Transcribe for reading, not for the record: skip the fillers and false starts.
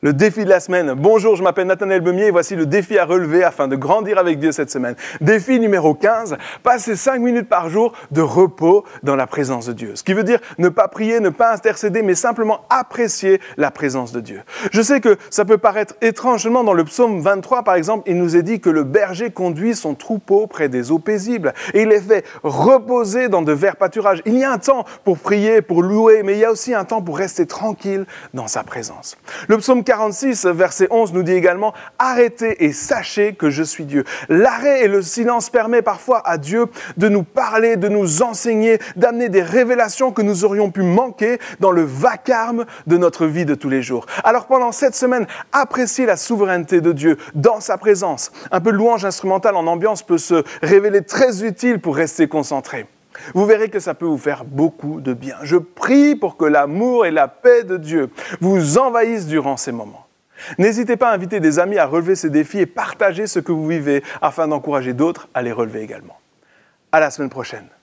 Le défi de la semaine. Bonjour, je m'appelle Nathanaël Beumier et voici le défi à relever afin de grandir avec Dieu cette semaine. Défi numéro 15, passer 5 minutes par jour de repos dans la présence de Dieu. Ce qui veut dire ne pas prier, ne pas intercéder, mais simplement apprécier la présence de Dieu. Je sais que ça peut paraître étrange, seulement dans le psaume 23 par exemple, il nous est dit que le berger conduit son troupeau près des eaux paisibles et il les fait reposer dans de verts pâturages. Il y a un temps pour prier, pour louer, mais il y a aussi un temps pour rester tranquille dans sa présence. Le psaume 46, verset 11, nous dit également « Arrêtez et sachez que je suis Dieu ». L'arrêt et le silence permettent parfois à Dieu de nous parler, de nous enseigner, d'amener des révélations que nous aurions pu manquer dans le vacarme de notre vie de tous les jours. Alors pendant cette semaine, appréciez la souveraineté de Dieu dans sa présence. Un peu de louange instrumentale en ambiance peut se révéler très utile pour rester concentré. Vous verrez que ça peut vous faire beaucoup de bien. Je prie pour que l'amour et la paix de Dieu vous envahissent durant ces moments. N'hésitez pas à inviter des amis à relever ces défis et partager ce que vous vivez afin d'encourager d'autres à les relever également. À la semaine prochaine.